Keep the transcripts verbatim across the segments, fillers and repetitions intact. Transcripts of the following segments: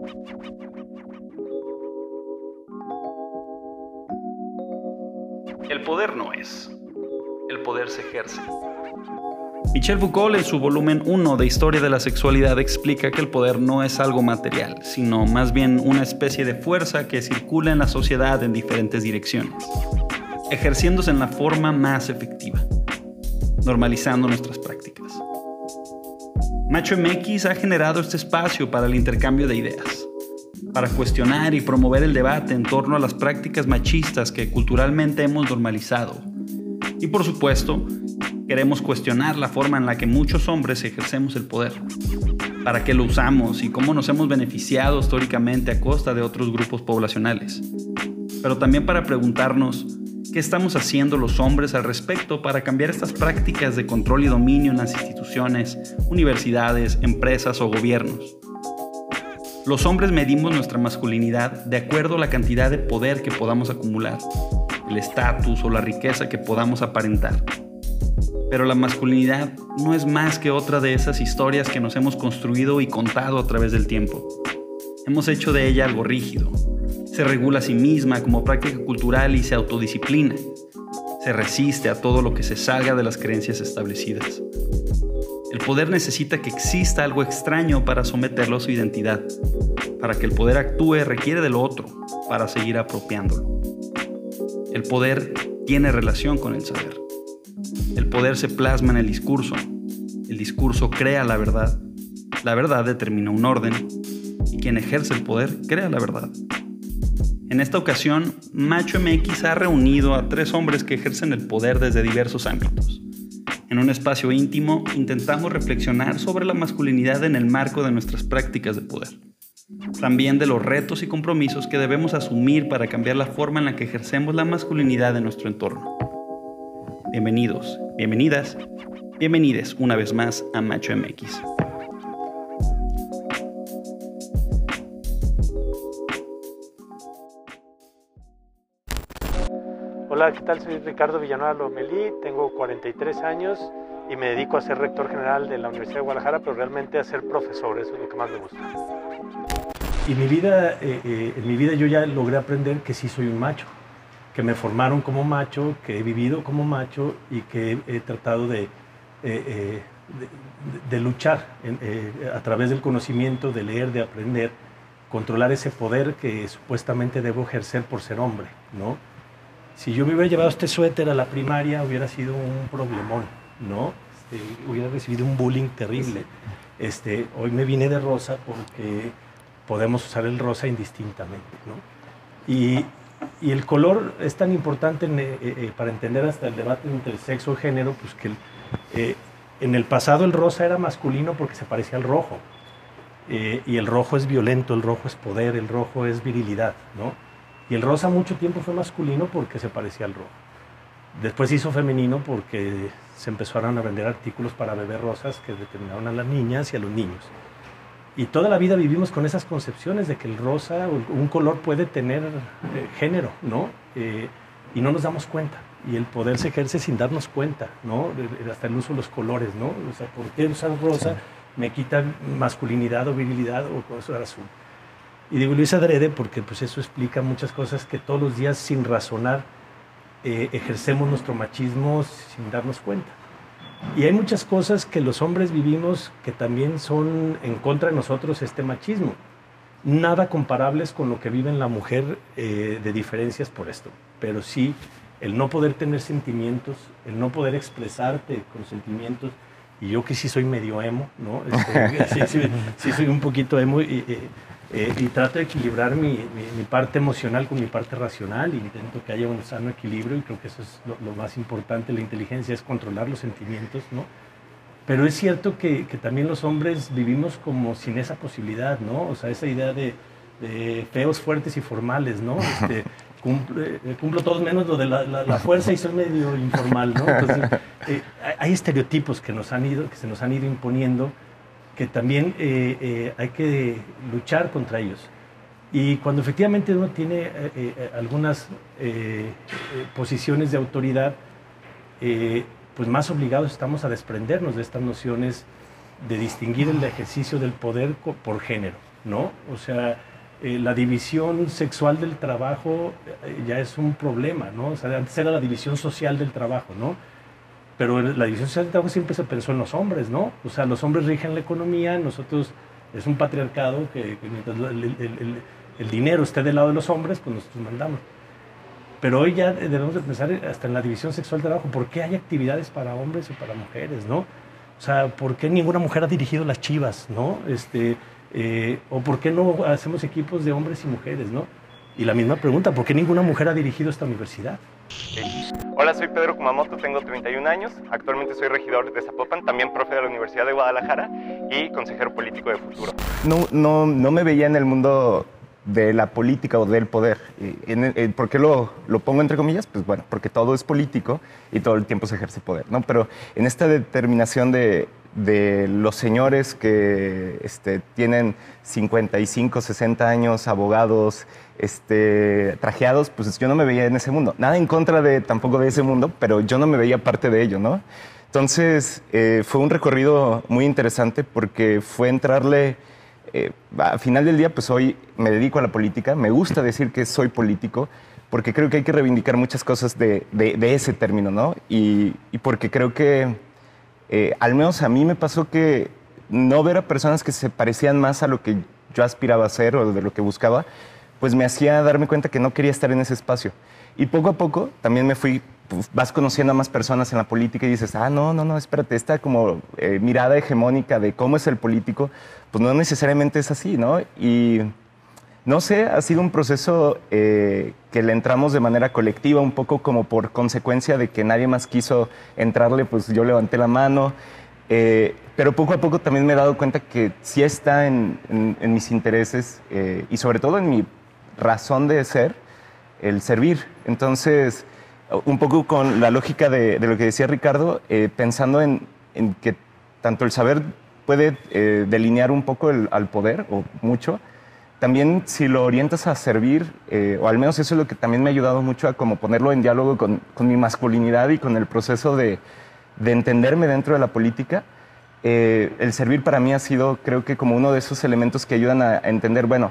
El poder no es. El poder se ejerce. Michel Foucault, en su volumen uno de Historia de la Sexualidad, explica que el poder no es algo material, sino más bien una especie de fuerza que circula en la sociedad en diferentes direcciones, ejerciéndose en la forma más efectiva, normalizando nuestras prácticas. Macho M X ha generado este espacio para el intercambio de ideas, para cuestionar y promover el debate en torno a las prácticas machistas que culturalmente hemos normalizado. Y por supuesto, queremos cuestionar la forma en la que muchos hombres ejercemos el poder, para qué lo usamos y cómo nos hemos beneficiado históricamente a costa de otros grupos poblacionales. Pero también para preguntarnos qué estamos haciendo los hombres al respecto para cambiar estas prácticas de control y dominio en las instituciones, universidades, empresas o gobiernos. Los hombres medimos nuestra masculinidad de acuerdo a la cantidad de poder que podamos acumular, el estatus o la riqueza que podamos aparentar. Pero la masculinidad no es más que otra de esas historias que nos hemos construido y contado a través del tiempo. Hemos hecho de ella algo rígido. Se regula a sí misma como práctica cultural y se autodisciplina. Se resiste a todo lo que se salga de las creencias establecidas. El poder necesita que exista algo extraño para someterlo a su identidad. Para que el poder actúe requiere de lo otro, para seguir apropiándolo. El poder tiene relación con el saber. El poder se plasma en el discurso. El discurso crea la verdad. La verdad determina un orden. Y quien ejerce el poder crea la verdad. En esta ocasión, Macho M X ha reunido a tres hombres que ejercen el poder desde diversos ámbitos. En un espacio íntimo, intentamos reflexionar sobre la masculinidad en el marco de nuestras prácticas de poder. También de los retos y compromisos que debemos asumir para cambiar la forma en la que ejercemos la masculinidad en nuestro entorno. Bienvenidos, bienvenidas, bienvenides una vez más a Macho M X. Hola, ¿qué tal? Soy Ricardo Villanueva Lomelí, tengo cuarenta y tres años y me dedico a ser rector general de la Universidad de Guadalajara, pero realmente a ser profesor, eso es lo que más me gusta. Y mi vida, eh, eh, en mi vida yo ya logré aprender que sí soy un macho, que me formaron como macho, que he vivido como macho y que he, he tratado de, eh, eh, de, de luchar en, eh, a través del conocimiento, de leer, de aprender, controlar ese poder que supuestamente debo ejercer por ser hombre, ¿no? Si yo me hubiera llevado este suéter a la primaria hubiera sido un problemón, ¿no? Este, hubiera recibido un bullying terrible. Este, hoy me vine de rosa porque podemos usar el rosa indistintamente, ¿no? Y, y el color es tan importante en, eh, eh, para entender hasta el debate entre sexo y género, pues que el, eh, en el pasado el rosa era masculino porque se parecía al rojo. Eh, y el rojo es violento, el rojo es poder, el rojo es virilidad, ¿no? Y el rosa mucho tiempo fue masculino porque se parecía al rojo. Después se hizo femenino porque se empezaron a vender artículos para bebés rosas que determinaban a las niñas y a los niños. Y toda la vida vivimos con esas concepciones de que el rosa, un color puede tener eh, género, ¿no? Eh, y no nos damos cuenta. Y el poder se ejerce sin darnos cuenta, ¿no? Hasta el uso de los colores, ¿no? O sea, ¿por qué usar rosa me quita masculinidad o virilidad o cosas azul? Y digo, lo hice adrede porque pues, eso explica muchas cosas que todos los días sin razonar eh, ejercemos nuestro machismo sin darnos cuenta. Y hay muchas cosas que los hombres vivimos que también son en contra de nosotros este machismo. Nada comparables con lo que vive la mujer eh, de diferencias por esto. Pero sí, el no poder tener sentimientos, el no poder expresarte con sentimientos. Y yo que sí soy medio emo, ¿no? Este, sí, sí, sí soy un poquito emo y... y Eh, y trato de equilibrar mi, mi, mi parte emocional con mi parte racional y intento que haya un sano equilibrio y creo que eso es lo, lo más importante. La inteligencia es controlar los sentimientos, ¿no? Pero es cierto que, que también los hombres vivimos como sin esa posibilidad, ¿no? O sea, esa idea de, de feos, fuertes y formales, ¿no? Este, cumplo, eh, cumplo todos menos lo de la, la, la fuerza y soy medio informal, ¿no? Entonces, eh, hay estereotipos que, nos han ido, que se nos han ido imponiendo que también eh, eh, hay que luchar contra ellos. Y cuando efectivamente uno tiene eh, eh, algunas eh, eh, posiciones de autoridad, eh, pues más obligados estamos a desprendernos de estas nociones de distinguir el ejercicio del poder por género, ¿no? O sea, eh, la división sexual del trabajo eh, ya es un problema, ¿no? O sea, antes era la división social del trabajo, ¿no? Pero la división social del trabajo siempre se pensó en los hombres, ¿no? O sea, los hombres rigen la economía, nosotros, es un patriarcado que, que mientras el, el, el, el dinero esté del lado de los hombres, pues nosotros mandamos. Pero hoy ya debemos de pensar hasta en la división sexual del trabajo. ¿Por qué hay actividades para hombres y para mujeres, no? O sea, ¿por qué ninguna mujer ha dirigido las Chivas, no? Este, eh, o ¿por qué no hacemos equipos de hombres y mujeres, no? Y la misma pregunta, ¿por qué ninguna mujer ha dirigido esta universidad? Hola, soy Pedro Kumamoto, tengo treinta y un años, actualmente soy regidor de Zapopan, también profe de la Universidad de Guadalajara y consejero político de Futuro. No, no, no me veía en el mundo de la política o del poder. En, en, ¿Por qué lo, lo pongo entre comillas? Pues bueno, porque todo es político y todo el tiempo se ejerce poder, ¿no? Pero en esta determinación de, de los señores que este, tienen cincuenta y cinco, sesenta años, abogados, este, trajeados, pues yo no me veía en ese mundo. Nada en contra de tampoco de ese mundo, pero yo no me veía parte de ello, ¿no? Entonces, eh, fue un recorrido muy interesante porque fue entrarle... Eh, al final del día, pues hoy me dedico a la política, me gusta decir que soy político, porque creo que hay que reivindicar muchas cosas de, de, de ese término, ¿no? Y, y porque creo que, eh, al menos a mí me pasó que no ver a personas que se parecían más a lo que yo aspiraba a ser o de lo que buscaba, pues me hacía darme cuenta que no quería estar en ese espacio. Y poco a poco también me fui, pues, vas conociendo a más personas en la política y dices, ah, no, no, no, espérate, esta como eh, mirada hegemónica de cómo es el político, pues no necesariamente es así, ¿no? Y no sé, ha sido un proceso eh, que le entramos de manera colectiva, un poco como por consecuencia de que nadie más quiso entrarle, pues yo levanté la mano. Eh, pero poco a poco también me he dado cuenta que sí está en, en, en mis intereses eh, y sobre todo en mi razón de ser, el servir. Entonces, un poco con la lógica de, de lo que decía Ricardo, eh, pensando en, en que tanto el saber puede eh, delinear un poco el, al poder, o mucho, también si lo orientas a servir, eh, o al menos eso es lo que también me ha ayudado mucho a como ponerlo en diálogo con, con mi masculinidad y con el proceso de, de entenderme dentro de la política. Eh, el servir para mí ha sido, creo que como uno de esos elementos que ayudan a, a entender, bueno,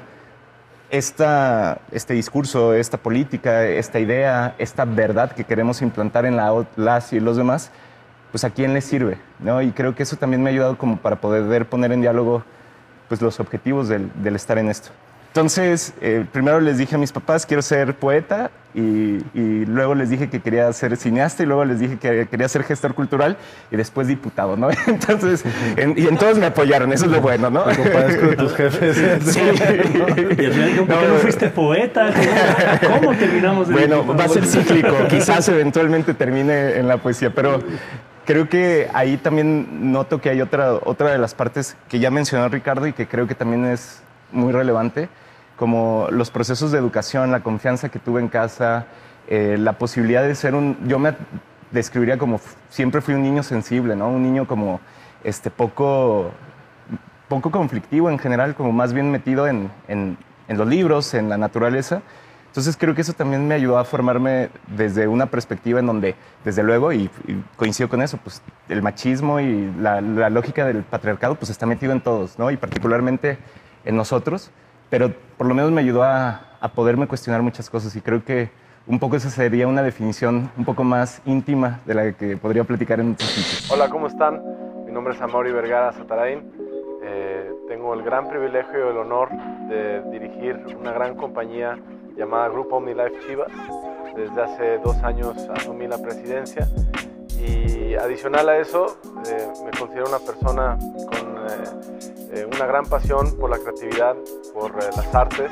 esta, este discurso, esta política, esta idea, esta verdad que queremos implantar en la, las y los demás, pues a quién les sirve, ¿no? Y creo que eso también me ha ayudado como para poder poner en diálogo pues, los objetivos del, del estar en esto. Entonces, eh, primero les dije a mis papás, quiero ser poeta, y, y luego les dije que quería ser cineasta, y luego les dije que quería ser gestor cultural, y después diputado, ¿no? Entonces, en, y en todos me apoyaron, eso es lo bueno, ¿no? Te compadezco de tus jefes. Sí. ¿No? Y al final, ¿por qué no, no fuiste poeta? ¿Cómo, cómo terminamos? Bueno, va a ser cíclico, quizás eventualmente termine en la poesía, pero creo que ahí también noto que hay otra, otra de las partes que ya mencionó Ricardo y que creo que también es muy relevante, como los procesos de educación, la confianza que tuve en casa, eh, la posibilidad de ser un... Yo me describiría como siempre fui un niño sensible, ¿no? Un niño como este, poco, poco conflictivo en general, como más bien metido en, en, en los libros, en la naturaleza. Entonces creo que eso también me ayudó a formarme desde una perspectiva en donde, desde luego, y, y coincido con eso, pues el machismo y la, la lógica del patriarcado pues está metido en todos, ¿no? Y particularmente en nosotros, pero por lo menos me ayudó a, a poderme cuestionar muchas cosas y creo que un poco esa sería una definición un poco más íntima de la que podría platicar en otros sitios. Hola, ¿cómo están? Mi nombre es Amaury Vergara Zatarain. Eh, tengo el gran privilegio y el honor de dirigir una gran compañía llamada Grupo OmniLife Chivas. Desde hace dos años asumí la presidencia y adicional a eso eh, me considero una persona con eh, eh, una gran pasión por la creatividad, por eh, las artes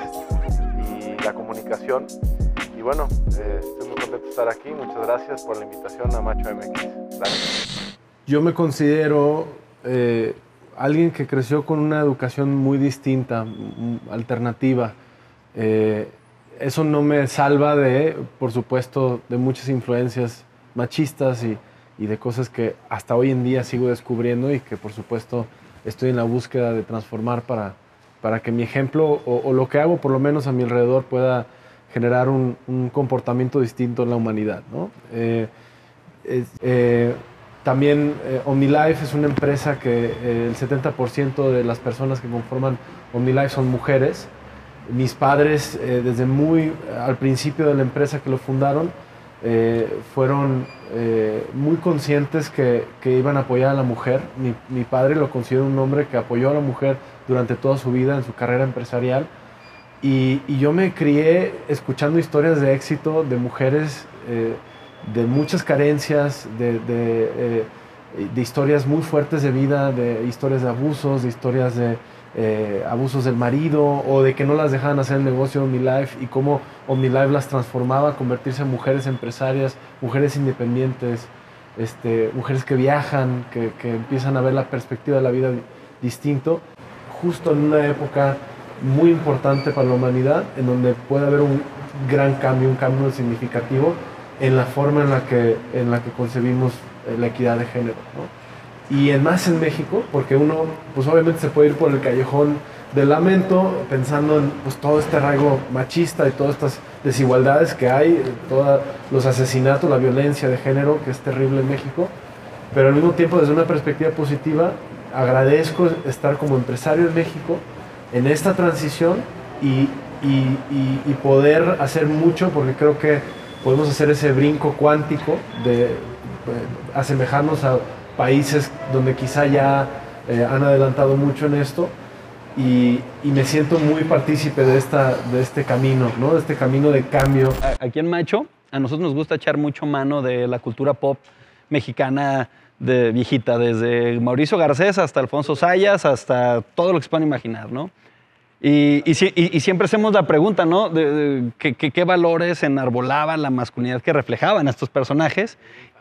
y la comunicación. Y bueno, eh, estoy muy contento de estar aquí. Muchas gracias por la invitación a Macho M X. Gracias. Yo me considero eh, alguien que creció con una educación muy distinta, alternativa. Eh, eso no me salva de, por supuesto, de muchas influencias machistas y, y de cosas que hasta hoy en día sigo descubriendo y que, por supuesto, estoy en la búsqueda de transformar para, para que mi ejemplo o, o lo que hago, por lo menos a mi alrededor, pueda generar un, un comportamiento distinto en la humanidad, ¿no? Eh, es, eh, también eh, OmniLife es una empresa que eh, el setenta por ciento de las personas que conforman OmniLife son mujeres. Mis padres, eh, desde muy al principio de la empresa que lo fundaron, eh, fueron eh, muy conscientes que, que iban a apoyar a la mujer. Mi, mi padre lo considero un hombre que apoyó a la mujer durante toda su vida en su carrera empresarial. Y, y yo me crié escuchando historias de éxito de mujeres eh, de muchas carencias, de, de, eh, de historias muy fuertes de vida, de historias de abusos, de historias de eh, abusos del marido o de que no las dejaban hacer el negocio de OmniLife y cómo OmniLife las transformaba a convertirse en mujeres empresarias, mujeres independientes, este, mujeres que viajan, que, que empiezan a ver la perspectiva de la vida distinto, justo en una época muy importante para la humanidad, en donde puede haber un gran cambio, un cambio significativo en la forma en la que, en la que concebimos la equidad de género, ¿no? Y en más en México, porque uno, pues obviamente se puede ir por el callejón del lamento, pensando en pues, todo este arraigo machista y todas estas desigualdades que hay, todos los asesinatos, la violencia de género, que es terrible en México, pero al mismo tiempo, desde una perspectiva positiva, agradezco estar como empresario en México, en esta transición y, y, y, y poder hacer mucho, porque creo que podemos hacer ese brinco cuántico de, de asemejarnos a países donde quizá ya eh, han adelantado mucho en esto y, y me siento muy partícipe de, esta, de este camino, ¿no? De este camino de cambio. Aquí en Macho, a nosotros nos gusta echar mucho mano de la cultura pop mexicana de viejita, desde Mauricio Garcés hasta Alfonso Sayas, hasta todo lo que se puedan imaginar, ¿no? Y, y, y, y siempre hacemos la pregunta, ¿no? De, de, ¿qué, qué, ¿Qué valores enarbolaban la masculinidad que reflejaban estos personajes?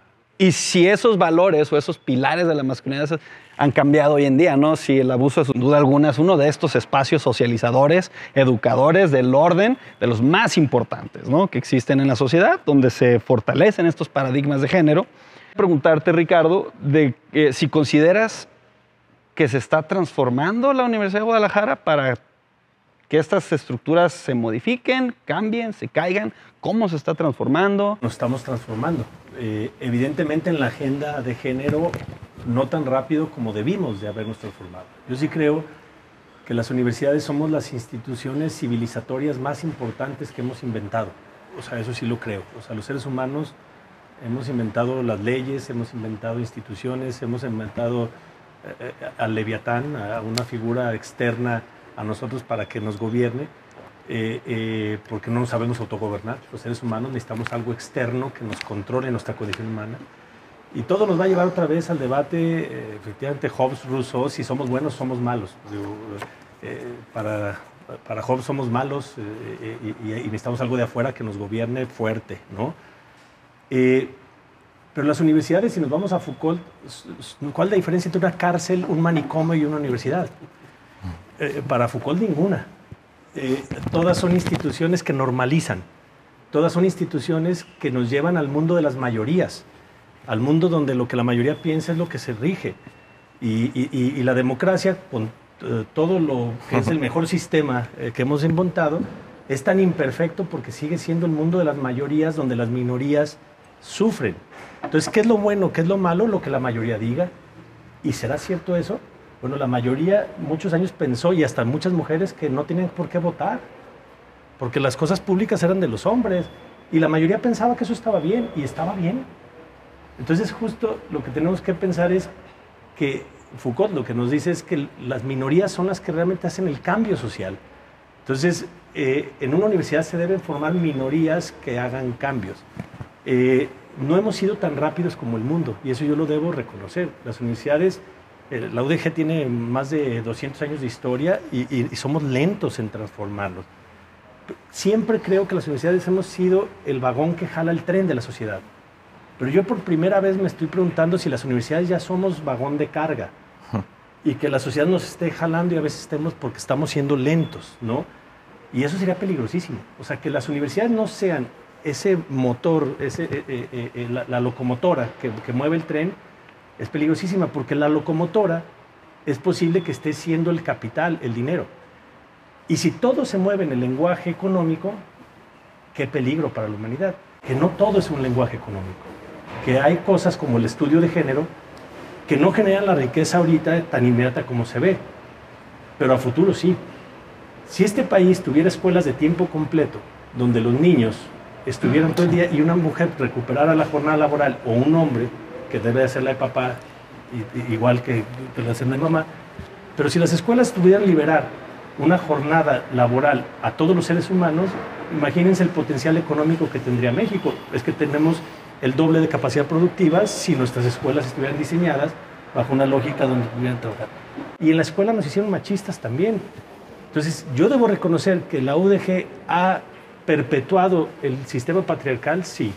Y si esos valores o esos pilares de la masculinidad han cambiado hoy en día, ¿no? Si el abuso, sin duda alguna, es uno de estos espacios socializadores, educadores del orden, de los más importantes, ¿no? Que existen en la sociedad, donde se fortalecen estos paradigmas de género. Preguntarte, Ricardo, de eh, si consideras que se está transformando la Universidad de Guadalajara para que estas estructuras se modifiquen, cambien, se caigan. ¿Cómo se está transformando? Nos estamos transformando. Eh, evidentemente en la agenda de género no tan rápido como debimos de habernos transformado. Yo sí creo que las universidades somos las instituciones civilizatorias más importantes que hemos inventado. O sea, eso sí lo creo. O sea, los seres humanos hemos inventado las leyes, hemos inventado instituciones, hemos inventado eh, al Leviatán, a una figura externa a nosotros para que nos gobierne. Eh, eh, porque no nos sabemos autogobernar. Los seres humanos necesitamos algo externo que nos controle nuestra condición humana. Y todo nos va a llevar otra vez al debate, eh, efectivamente, Hobbes, Rousseau, si somos buenos, somos malos. Digo, eh, para, para Hobbes somos malos eh, y, y necesitamos algo de afuera que nos gobierne fuerte, ¿no? Eh, pero las universidades, si nos vamos a Foucault, ¿cuál es la diferencia entre una cárcel, un manicomio y una universidad? Eh, para Foucault, ninguna. Eh, todas son instituciones que normalizan, todas son instituciones que nos llevan al mundo de las mayorías, al mundo donde lo que la mayoría piensa es lo que se rige. Y, y, y la democracia, con eh, todo lo que es el mejor sistema eh, que hemos inventado, es tan imperfecto porque sigue siendo el mundo de las mayorías donde las minorías sufren. Entonces, ¿qué es lo bueno? ¿Qué es lo malo? Lo que la mayoría diga. ¿Y será cierto eso? Bueno, la mayoría muchos años pensó, y hasta muchas mujeres, que no tenían por qué votar, porque las cosas públicas eran de los hombres, y la mayoría pensaba que eso estaba bien, y estaba bien. Entonces, justo lo que tenemos que pensar es que Foucault lo que nos dice es que las minorías son las que realmente hacen el cambio social. Entonces, eh, en una universidad se deben formar minorías que hagan cambios. Eh, no hemos sido tan rápidos como el mundo, y eso yo lo debo reconocer. Las universidades... La U D G tiene más de doscientos años de historia y, y, y somos lentos en transformarlos. Siempre creo que las universidades hemos sido el vagón que jala el tren de la sociedad. Pero yo por primera vez me estoy preguntando si las universidades ya somos vagón de carga y que la sociedad nos esté jalando y a veces estemos porque estamos siendo lentos, ¿no? Y eso sería peligrosísimo. O sea, que las universidades no sean ese motor, ese, eh, eh, eh, la, la locomotora que, que mueve el tren, es peligrosísima porque la locomotora es posible que esté siendo el capital, el dinero. Y si todo se mueve en el lenguaje económico, qué peligro para la humanidad. Que no todo es un lenguaje económico. Que hay cosas como el estudio de género que no generan la riqueza ahorita tan inmediata como se ve, pero a futuro sí. Si este país tuviera escuelas de tiempo completo, donde los niños estuvieran todo el día y una mujer recuperara la jornada laboral, o un hombre, que debe de ser la de papá, igual que, que la de mamá, pero si las escuelas pudieran liberar una jornada laboral a todos los seres humanos, imagínense el potencial económico que tendría México. Es que tenemos el doble de capacidad productiva si nuestras escuelas estuvieran diseñadas bajo una lógica donde pudieran trabajar. Y en la escuela nos hicieron machistas también. Entonces, yo debo reconocer que la U D G ha perpetuado el sistema patriarcal, sí,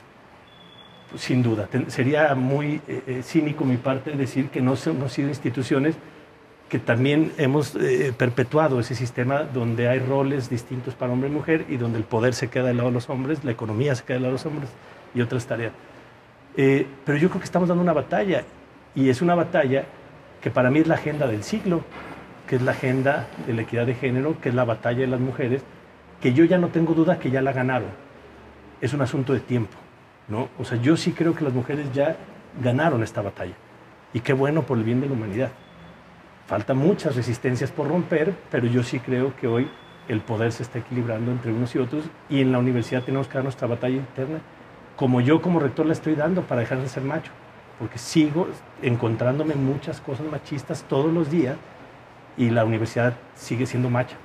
sin duda. Ten, sería muy eh, cínico mi parte decir que no hemos sido instituciones que también hemos eh, perpetuado ese sistema donde hay roles distintos para hombre y mujer y donde el poder se queda del lado de los hombres, la economía se queda del lado de los hombres y otras tareas. Eh, pero yo creo que estamos dando una batalla, y es una batalla que para mí es la agenda del siglo, que es la agenda de la equidad de género, que es la batalla de las mujeres, que yo ya no tengo duda que ya la ganaron. Es un asunto de tiempo, ¿no? O sea, yo sí creo que las mujeres ya ganaron esta batalla, y qué bueno por el bien de la humanidad. Faltan muchas resistencias por romper, pero yo sí creo que hoy el poder se está equilibrando entre unos y otros, y en la universidad tenemos que dar nuestra batalla interna, como yo como rector la estoy dando, para dejar de ser macho, porque sigo encontrándome muchas cosas machistas todos los días, y la universidad sigue siendo macha.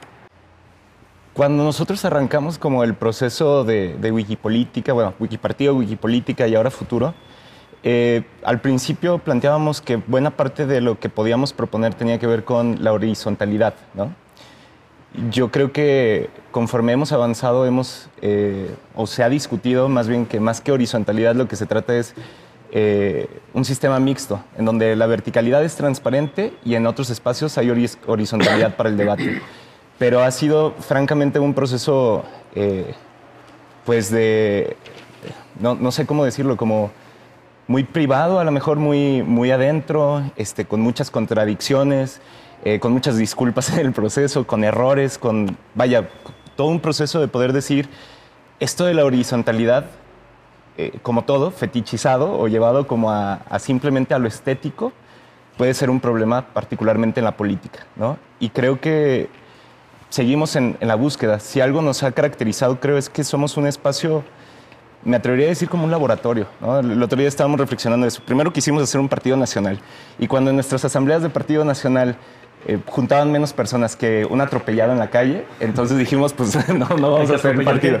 Cuando nosotros arrancamos como el proceso de, de Wikipolítica, bueno, Wikipartido, Wikipolítica y ahora Futuro, eh, al principio planteábamos que buena parte de lo que podíamos proponer tenía que ver con la horizontalidad, ¿no? Yo creo que conforme hemos avanzado, hemos, eh, o se ha discutido más bien que más que horizontalidad, lo que se trata es eh, un sistema mixto, en donde la verticalidad es transparente y en otros espacios hay horizontalidad para el debate. Pero ha sido francamente un proceso, eh, pues de, no, no sé cómo decirlo, como muy privado, a lo mejor muy, muy adentro, este, con muchas contradicciones, eh, con muchas disculpas en el proceso, con errores, con, vaya, todo un proceso de poder decir, esto de la horizontalidad, eh, como todo, fetichizado o llevado como a, a simplemente a lo estético, puede ser un problema particularmente en la política, ¿no? Y creo que seguimos en, en la búsqueda. Si algo nos ha caracterizado, creo, es que somos un espacio, me atrevería a decir como un laboratorio, ¿no? El otro día estábamos reflexionando de eso. Primero quisimos hacer un partido nacional, y cuando en nuestras asambleas de partido nacional eh, juntaban menos personas que un atropellado en la calle, entonces dijimos, pues no, no vamos a hacer partido.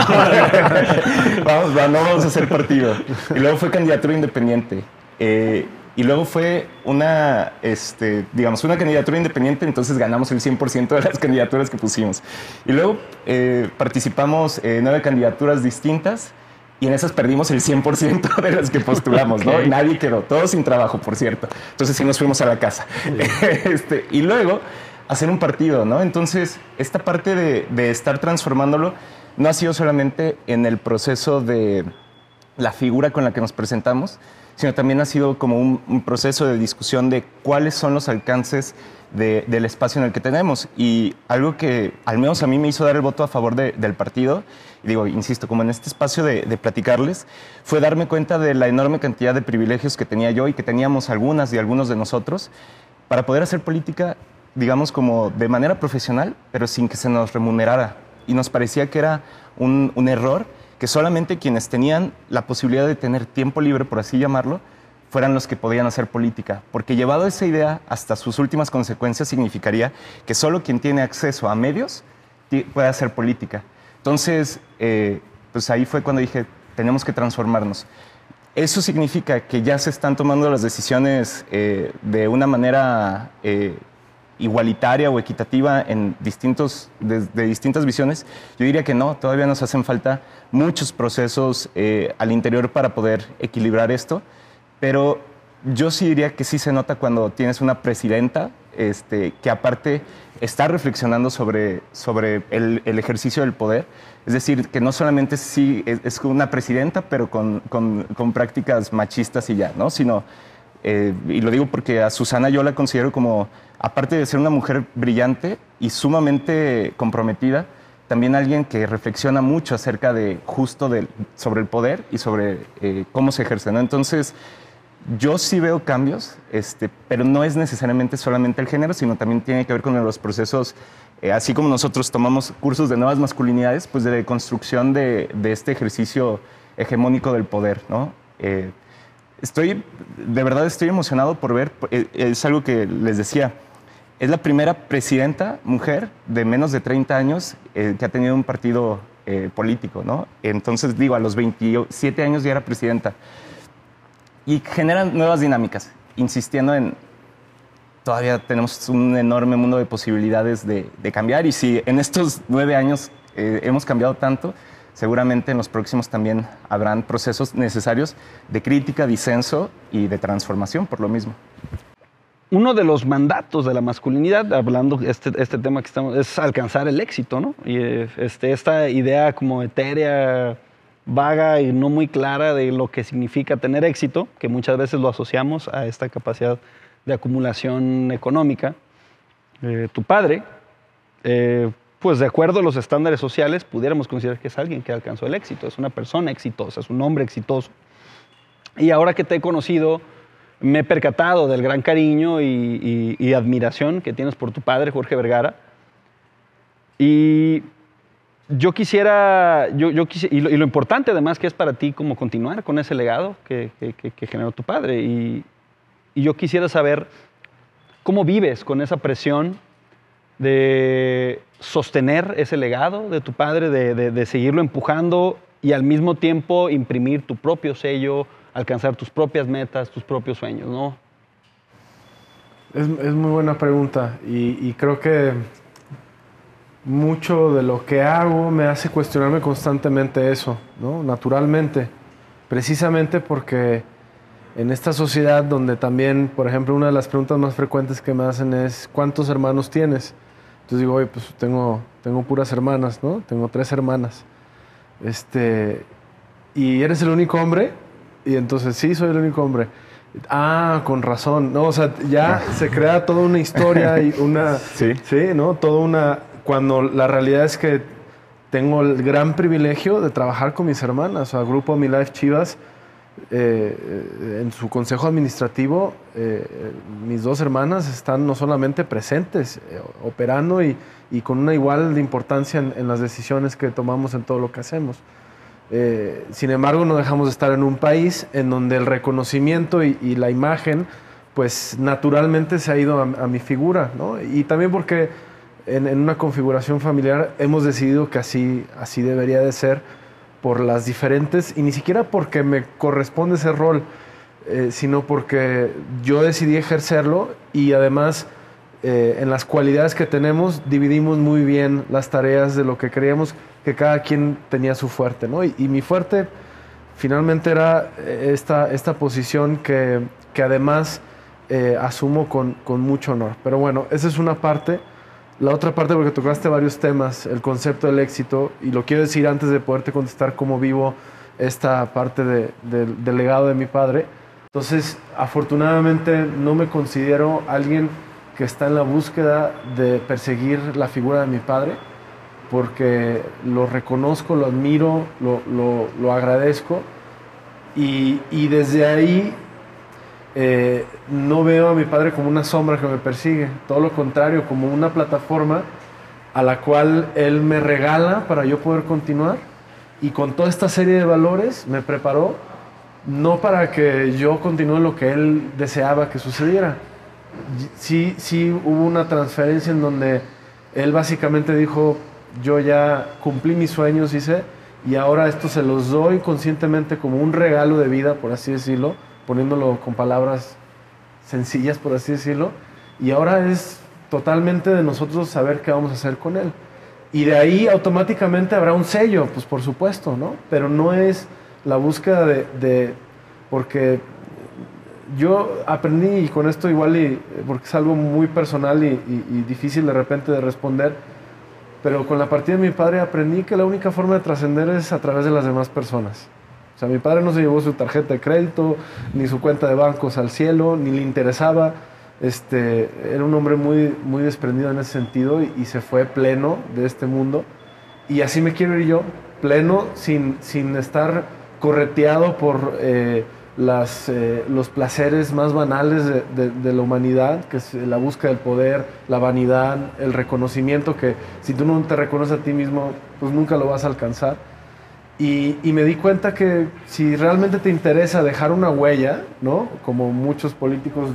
vamos, no, no vamos a hacer partido. Y luego fue candidatura independiente. Eh, Y luego fue una, este, digamos, una candidatura independiente, entonces ganamos el cien por ciento de las candidaturas que pusimos. Y luego eh, participamos en nueve candidaturas distintas, y en esas perdimos el cien por ciento de las que postulamos, okay. ¿no? Y nadie quedó, todos sin trabajo, por cierto. Entonces sí nos fuimos a la casa. este, y luego hacer un partido, ¿no? Entonces esta parte de, de estar transformándolo no ha sido solamente en el proceso de la figura con la que nos presentamos, sino también ha sido como un, un proceso de discusión de cuáles son los alcances de, del espacio en el que tenemos. Y algo que al menos a mí me hizo dar el voto a favor de, del partido, y digo, insisto, como en este espacio de, de platicarles, fue darme cuenta de la enorme cantidad de privilegios que tenía yo y que teníamos algunas y algunos de nosotros para poder hacer política, digamos, como de manera profesional, pero sin que se nos remunerara. Y nos parecía que era un, un error que solamente quienes tenían la posibilidad de tener tiempo libre, por así llamarlo, fueran los que podían hacer política. Porque llevado esa idea hasta sus últimas consecuencias significaría que solo quien tiene acceso a medios puede hacer política. Entonces, eh, pues ahí fue cuando dije, tenemos que transformarnos. Eso significa que ya se están tomando las decisiones eh, de una manera eh, igualitaria o equitativa en distintos, de, de distintas visiones. Yo diría que no, todavía nos hacen falta muchos procesos eh, al interior para poder equilibrar esto, pero yo sí diría que sí se nota cuando tienes una presidenta este, que aparte está reflexionando sobre, sobre el, el ejercicio del poder, es decir, que no solamente sí es, es una presidenta, pero con, con, con prácticas machistas y ya, ¿no? Sino, eh, y lo digo porque a Susana yo la considero como, aparte de ser una mujer brillante y sumamente comprometida, también alguien que reflexiona mucho acerca de justo de, sobre el poder y sobre eh, cómo se ejerce, ¿no? Entonces, yo sí veo cambios, este, pero no es necesariamente solamente el género, sino también tiene que ver con los procesos Eh, así como nosotros tomamos cursos de nuevas masculinidades, pues de construcción de, de este ejercicio hegemónico del poder, ¿no? Eh, estoy, de verdad estoy emocionado por ver, eh, es algo que les decía, es la primera presidenta mujer de menos de treinta años eh, que ha tenido un partido eh, político, ¿no? Entonces, digo, a los veintisiete años ya era presidenta. Y generan nuevas dinámicas, insistiendo en, todavía tenemos un enorme mundo de posibilidades de, de cambiar, y si en estos nueve años eh, hemos cambiado tanto, seguramente en los próximos también habrán procesos necesarios de crítica, disenso y de transformación por lo mismo. Uno de los mandatos de la masculinidad, hablando este, este tema que estamos, es alcanzar el éxito, ¿no? Y este, esta idea como etérea, vaga y no muy clara de lo que significa tener éxito, que muchas veces lo asociamos a esta capacidad de acumulación económica. Eh, tu padre, eh, pues de acuerdo a los estándares sociales, pudiéramos considerar que es alguien que alcanzó el éxito, es una persona exitosa, es un hombre exitoso. Y ahora que te he conocido, me he percatado del gran cariño y, y, y admiración que tienes por tu padre, Jorge Vergara. Y yo quisiera, yo, yo quisiera y, lo, y lo importante además que es para ti como continuar con ese legado que, que, que generó tu padre. Y, y yo quisiera saber cómo vives con esa presión de sostener ese legado de tu padre, de, de, de seguirlo empujando y al mismo tiempo imprimir tu propio sello, alcanzar tus propias metas, tus propios sueños, ¿no? Es, es muy buena pregunta y, y creo que mucho de lo que hago me hace cuestionarme constantemente eso, ¿no? Naturalmente, precisamente porque en esta sociedad donde también, por ejemplo, una de las preguntas más frecuentes que me hacen es ¿cuántos hermanos tienes? Entonces digo, oye, pues tengo, tengo puras hermanas, ¿no? Tengo tres hermanas. Este, ¿y eres el único hombre? Y entonces, sí, soy el único hombre. Ah, con razón. No, o sea, ya se crea toda una historia y una... Sí. Sí, ¿no? Toda una... Cuando la realidad es que tengo el gran privilegio de trabajar con mis hermanas. O sea, Grupo OmniLife Chivas, eh, en su consejo administrativo, eh, mis dos hermanas están no solamente presentes, eh, operando y, y con una igual de importancia en, en las decisiones que tomamos en todo lo que hacemos. Eh, sin embargo, no dejamos de estar en un país en donde el reconocimiento y, y la imagen, pues naturalmente se ha ido a, a mi figura, ¿no? Y también porque en, en una configuración familiar hemos decidido que así, así debería de ser por las diferentes, y ni siquiera porque me corresponde ese rol, eh, sino porque yo decidí ejercerlo y además eh, en las cualidades que tenemos dividimos muy bien las tareas de lo que creíamos que cada quien tenía su fuerte, ¿no? Y, y mi fuerte finalmente era esta, esta posición que, que además eh, asumo con, con mucho honor. Pero bueno, esa es una parte. La otra parte, porque tocaste varios temas, el concepto del éxito, y lo quiero decir antes de poderte contestar cómo vivo esta parte de, de, del legado de mi padre. Entonces, afortunadamente no me considero alguien que está en la búsqueda de perseguir la figura de mi padre, porque lo reconozco, lo admiro, lo, lo, lo agradezco y, y desde ahí eh, no veo a mi padre como una sombra que me persigue, todo lo contrario, como una plataforma a la cual él me regala para yo poder continuar, y con toda esta serie de valores me preparó no para que yo continúe lo que él deseaba que sucediera. Sí, sí hubo una transferencia en donde él básicamente dijo: yo ya cumplí mis sueños, hice, y ahora esto se los doy conscientemente como un regalo de vida, por así decirlo, poniéndolo con palabras sencillas, por así decirlo, y ahora es totalmente de nosotros saber qué vamos a hacer con él. Y de ahí automáticamente habrá un sello, pues por supuesto, ¿no? Pero no es la búsqueda de... de porque yo aprendí, y con esto igual, y, porque es algo muy personal y, y, y difícil de repente de responder, pero con la partida de mi padre aprendí que la única forma de trascender es a través de las demás personas. O sea, mi padre no se llevó su tarjeta de crédito, ni su cuenta de bancos al cielo, ni le interesaba. Este, era un hombre muy, muy desprendido en ese sentido, y, y se fue pleno de este mundo. Y así me quiero ir yo, pleno, sin, sin estar correteado por, eh, las, eh, los placeres más banales de, de, de la humanidad, que es la búsqueda del poder, la vanidad, el reconocimiento, que si tú no te reconoces a ti mismo, pues nunca lo vas a alcanzar. Y, y me di cuenta que si realmente te interesa dejar una huella, ¿no? Como muchos políticos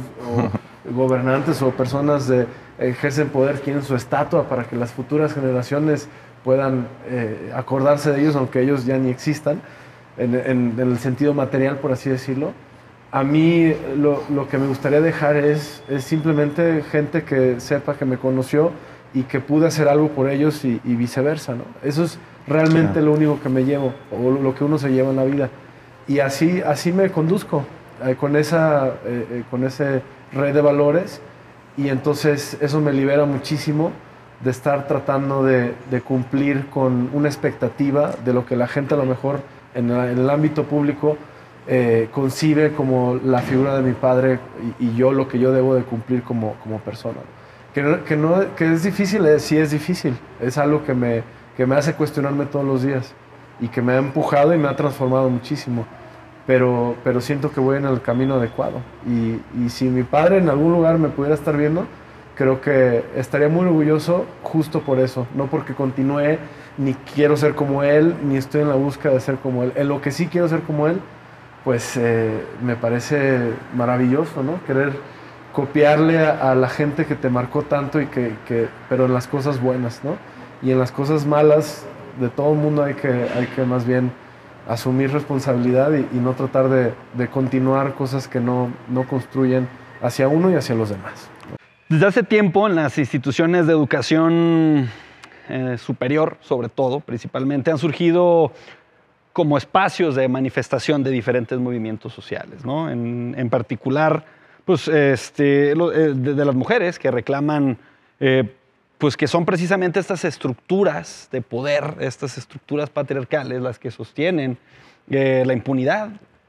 o gobernantes o personas de, ejercen poder, quieren su estatua para que las futuras generaciones puedan eh, acordarse de ellos, aunque ellos ya ni existan, en, en, en el sentido material, por así decirlo. A mí lo, lo que me gustaría dejar es, es simplemente gente que sepa que me conoció y que pude hacer algo por ellos y, y viceversa, ¿no? Eso es realmente claro. Lo único que me llevo, o lo que uno se lleva en la vida. Y así, así me conduzco, eh, con, esa, eh, eh, con ese red de valores, y entonces eso me libera muchísimo de estar tratando de, de cumplir con una expectativa de lo que la gente a lo mejor en, la, en el ámbito público eh, concibe como la figura de mi padre y, y yo lo que yo debo de cumplir como, como persona. Que, no, que, no, que es difícil, eh, sí es difícil, es algo que me, que me hace cuestionarme todos los días y que me ha empujado y me ha transformado muchísimo, pero, pero siento que voy en el camino adecuado, y, y si mi padre en algún lugar me pudiera estar viendo, creo que estaría muy orgulloso justo por eso, no porque continúe, ni quiero ser como él, ni estoy en la búsqueda de ser como él. En lo que sí quiero ser como él, pues eh, me parece maravilloso, ¿no? Querer copiarle a, a la gente que te marcó tanto, y que, que, pero en las cosas buenas, ¿no? Y en las cosas malas de todo el mundo hay que, hay que más bien asumir responsabilidad y, y no tratar de, de continuar cosas que no, no construyen hacia uno y hacia los demás. Desde hace tiempo en las instituciones de educación eh, superior, sobre todo, principalmente, han surgido como espacios de manifestación de diferentes movimientos sociales, ¿no? En, en particular, pues, este, lo, eh, de, de las mujeres que reclaman, eh, pues, que son precisamente estas estructuras de poder, estas estructuras patriarcales las que sostienen eh, la impunidad,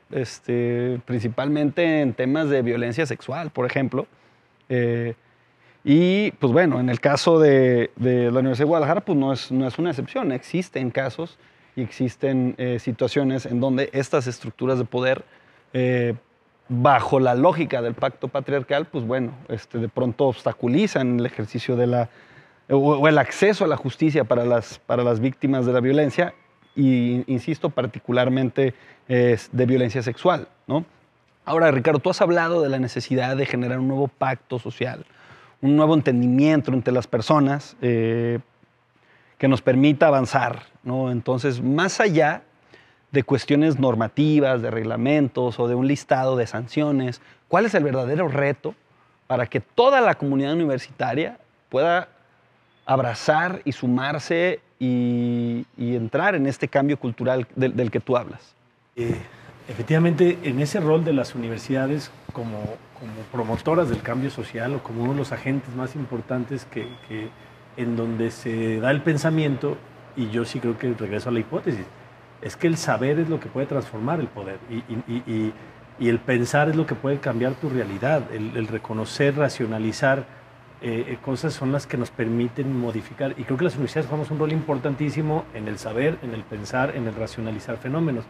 este, principalmente en temas de violencia sexual, por ejemplo. Eh, Y, pues bueno, en el caso de, de la Universidad de Guadalajara, pues no es, no es una excepción. Existen casos y existen eh, situaciones en donde estas estructuras de poder, eh, bajo la lógica del pacto patriarcal, pues bueno, este, de pronto obstaculizan el ejercicio de la, o, o el acceso a la justicia para las, para las víctimas de la violencia, y, insisto, particularmente eh, de violencia sexual, ¿no? Ahora, Ricardo, tú has hablado de la necesidad de generar un nuevo pacto social, un nuevo entendimiento entre las personas eh, que nos permita avanzar, ¿no? Entonces, más allá de cuestiones normativas, de reglamentos o de un listado de sanciones, ¿cuál es el verdadero reto para que toda la comunidad universitaria pueda abrazar y sumarse y, y entrar en este cambio cultural del, del que tú hablas? Eh, efectivamente, en ese rol de las universidades como, como promotoras del cambio social, o como uno de los agentes más importantes que, que, en donde se da el pensamiento, y yo sí creo que regreso a la hipótesis, es que el saber es lo que puede transformar el poder, y, y, y, y el pensar es lo que puede cambiar tu realidad, el, el reconocer, racionalizar eh, cosas son las que nos permiten modificar, y creo que las universidades jugamos un rol importantísimo en el saber, en el pensar, en el racionalizar fenómenos.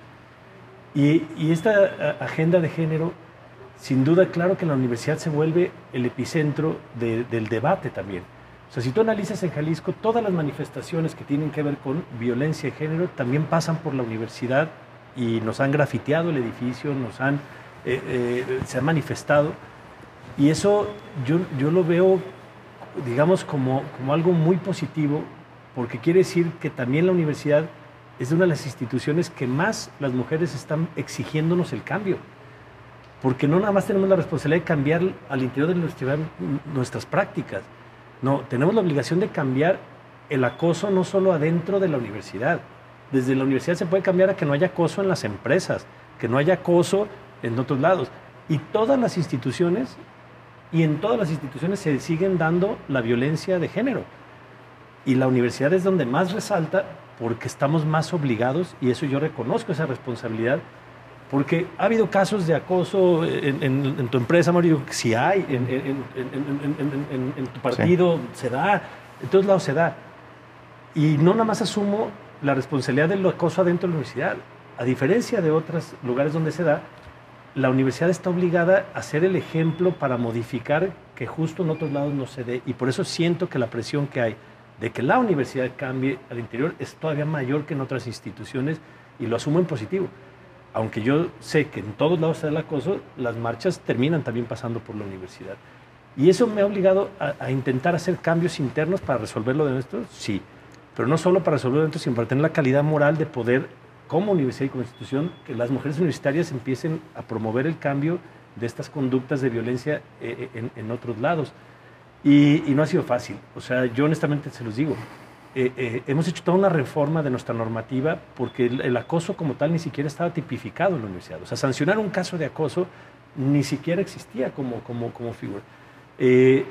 Y, y esta agenda de género, sin duda, claro que la universidad se vuelve el epicentro de, del debate también. O sea, si tú analizas en Jalisco, todas las manifestaciones que tienen que ver con violencia de género también pasan por la universidad, y nos han grafiteado el edificio, nos han, eh, eh, se han manifestado. Y eso yo, yo lo veo, digamos, como, como algo muy positivo, porque quiere decir que también la universidad es una de las instituciones que más las mujeres están exigiéndonos el cambio. Porque no nada más tenemos la responsabilidad de cambiar al interior de la universidad nuestras prácticas. No, tenemos la obligación de cambiar el acoso no solo adentro de la universidad. Desde la universidad se puede cambiar a que no haya acoso en las empresas, que no haya acoso en otros lados. Y todas las instituciones, y en todas las instituciones se siguen dando la violencia de género. Y la universidad es donde más resalta, porque estamos más obligados, y eso yo reconozco esa responsabilidad, porque ha habido casos de acoso en, en, en tu empresa, Mario, sí hay, en, en, en, en, en, en tu partido sí. Se da, en todos lados se da. Y no nada más asumo la responsabilidad del acoso adentro de la universidad, a diferencia de otros lugares donde se da, la universidad está obligada a ser el ejemplo para modificar que justo en otros lados no se dé. Y por eso siento que la presión que hay de que la universidad cambie al interior es todavía mayor que en otras instituciones, y lo asumo en positivo. Aunque yo sé que en todos lados se da el acoso, las marchas terminan también pasando por la universidad. ¿Y eso me ha obligado a, a intentar hacer cambios internos para resolverlo de nuestro? Sí. Pero no solo para resolverlo de nuestro, sino para tener la calidad moral de poder, como universidad y como institución, que las mujeres universitarias empiecen a promover el cambio de estas conductas de violencia eh, en, en otros lados. Y, y no ha sido fácil. O sea, yo honestamente se los digo, eh, eh, hemos hecho toda una reforma de nuestra normativa porque el, el acoso como tal ni siquiera estaba tipificado en la universidad. O sea, sancionar un caso de acoso ni siquiera existía como, como, como figura. Eh,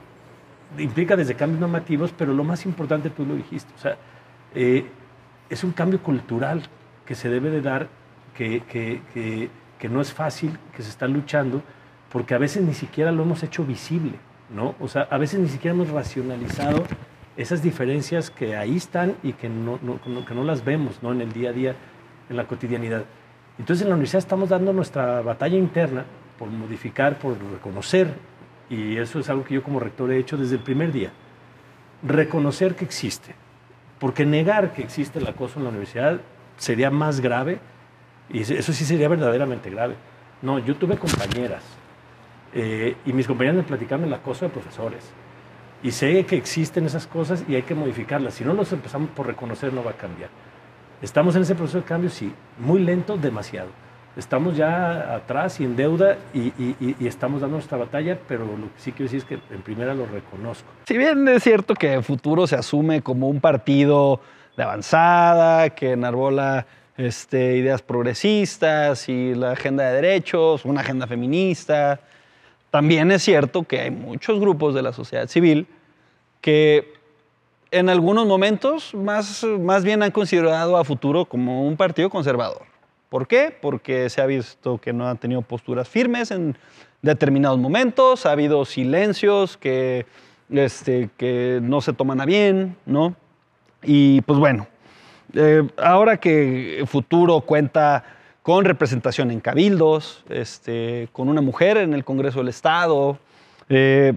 implica desde cambios normativos, pero lo más importante, tú lo dijiste, o sea, eh, es un cambio cultural que se debe de dar, que, que, que, que no es fácil, que se está luchando, porque a veces ni siquiera lo hemos hecho visible, ¿no? O sea, a veces ni siquiera hemos racionalizado esas diferencias que ahí están y que no, no, que no las vemos, ¿no? En el día a día, en la cotidianidad. Entonces en la universidad estamos dando nuestra batalla interna por modificar, por reconocer, y eso es algo que yo como rector he hecho desde el primer día, reconocer que existe, porque negar que existe el acoso en la universidad sería más grave, y eso sí sería verdaderamente grave. No, yo tuve compañeras, eh, y mis compañeras me platicaban el acoso de profesores, y sé que existen esas cosas y hay que modificarlas. Si no los empezamos por reconocer, no va a cambiar. Estamos en ese proceso de cambio, sí, muy lento, demasiado. Estamos ya atrás y en deuda y, y, y estamos dando nuestra batalla, pero lo que sí quiero decir es que en primera lo reconozco. Si bien es cierto que Futuro se asume como un partido de avanzada, que enarbola este, ideas progresistas y la agenda de derechos, una agenda feminista, también es cierto que hay muchos grupos de la sociedad civil que en algunos momentos más, más bien han considerado a Futuro como un partido conservador. ¿Por qué? Porque se ha visto que no han tenido posturas firmes en determinados momentos, ha habido silencios que, este, que no se toman a bien, ¿no? Y pues bueno, eh, ahora que Futuro cuenta con representación en cabildos, este, con una mujer en el Congreso del Estado, eh,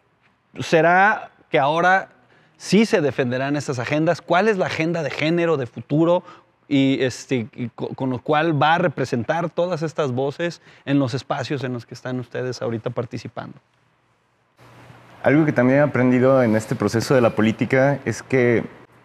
¿será que ahora sí se defenderán estas agendas? ¿Cuál es la agenda de género de Futuro? Y, este, y con, con lo cual va a representar todas estas voces en los espacios en los que están ustedes ahorita participando. Algo que también he aprendido en este proceso de la política es que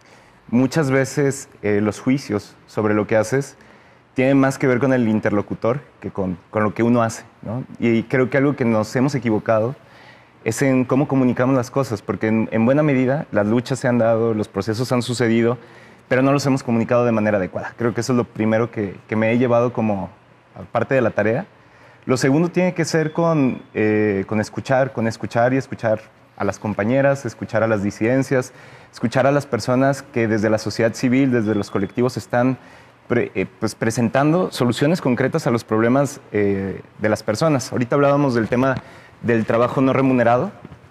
muchas veces eh, los juicios sobre lo que haces tienen más que ver con el interlocutor que con, con lo que uno hace, ¿no? Y creo que algo que nos hemos equivocado es en cómo comunicamos las cosas, porque en, en buena medida las luchas se han dado, los procesos han sucedido, pero no los hemos comunicado de manera adecuada. Creo que eso es lo primero que, que me he llevado como parte de la tarea. Lo segundo tiene que ser con, eh, con escuchar, con escuchar y escuchar a las compañeras, escuchar a las disidencias, escuchar a las personas que desde la sociedad civil, desde los colectivos están pre, eh, pues presentando soluciones concretas a los problemas eh, de las personas. Ahorita hablábamos del tema del trabajo no remunerado,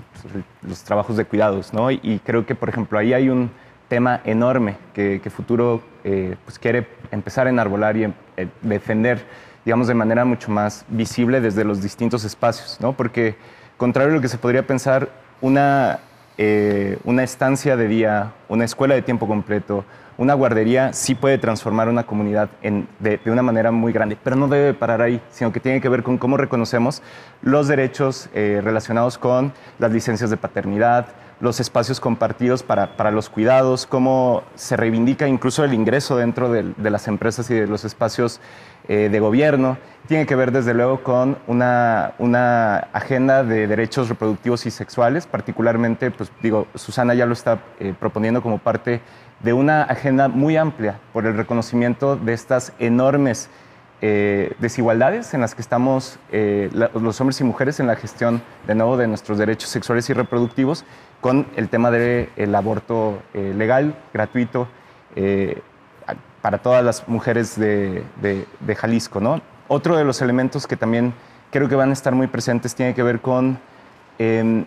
los trabajos de cuidados, ¿no? Y, y creo que, por ejemplo, ahí hay un tema enorme que, que Futuro eh, pues quiere empezar a enarbolar y eh, defender, digamos, de manera mucho más visible desde los distintos espacios, ¿no? Porque, contrario a lo que se podría pensar, una, eh, una estancia de día, una escuela de tiempo completo, una guardería sí puede transformar una comunidad en, de, de una manera muy grande, pero no debe parar ahí, sino que tiene que ver con cómo reconocemos los derechos eh, relacionados con las licencias de paternidad, los espacios compartidos para, para los cuidados, cómo se reivindica incluso el ingreso dentro de, de las empresas y de los espacios eh, de gobierno. Tiene que ver desde luego con una, una agenda de derechos reproductivos y sexuales, particularmente, pues digo, Susana ya lo está eh, proponiendo como parte de una agenda muy amplia por el reconocimiento de estas enormes eh, desigualdades en las que estamos eh, la, los hombres y mujeres en la gestión, de nuevo, de nuestros derechos sexuales y reproductivos, con el tema del aborto eh, legal, gratuito, eh, para todas las mujeres de, de, de Jalisco, ¿no? Otro de los elementos que también creo que van a estar muy presentes tiene que ver con eh,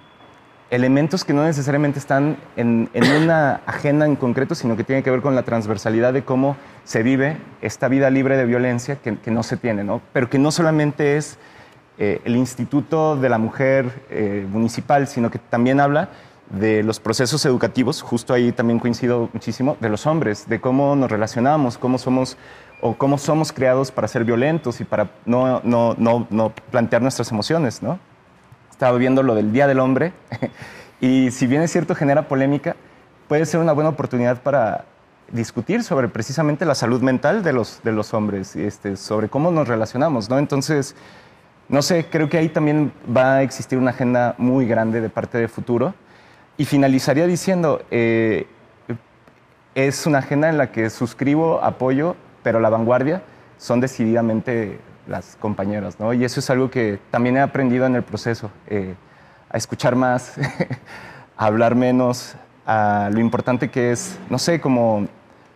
elementos que no necesariamente están en, en una agenda en concreto, sino que tiene que ver con la transversalidad de cómo se vive esta vida libre de violencia que, que no se tiene, ¿no? Pero que no solamente es eh, el Instituto de la Mujer eh, municipal, sino que también habla de los procesos educativos, justo ahí también coincido muchísimo, de los hombres, de cómo nos relacionamos, cómo somos o cómo somos creados para ser violentos y para no, no, no, no plantear nuestras emociones, ¿no? Estaba viendo lo del Día del Hombre y si bien es cierto genera polémica, puede ser una buena oportunidad para discutir sobre precisamente la salud mental de los, de los hombres, este, sobre cómo nos relacionamos, ¿no? Entonces, no sé, creo que ahí también va a existir una agenda muy grande de parte de Futuro. Y finalizaría diciendo, eh, es una agenda en la que suscribo, apoyo, pero la vanguardia son decididamente las compañeras, ¿no? Y eso es algo que también he aprendido en el proceso, eh, a escuchar más, a hablar menos, a lo importante que es, no sé, como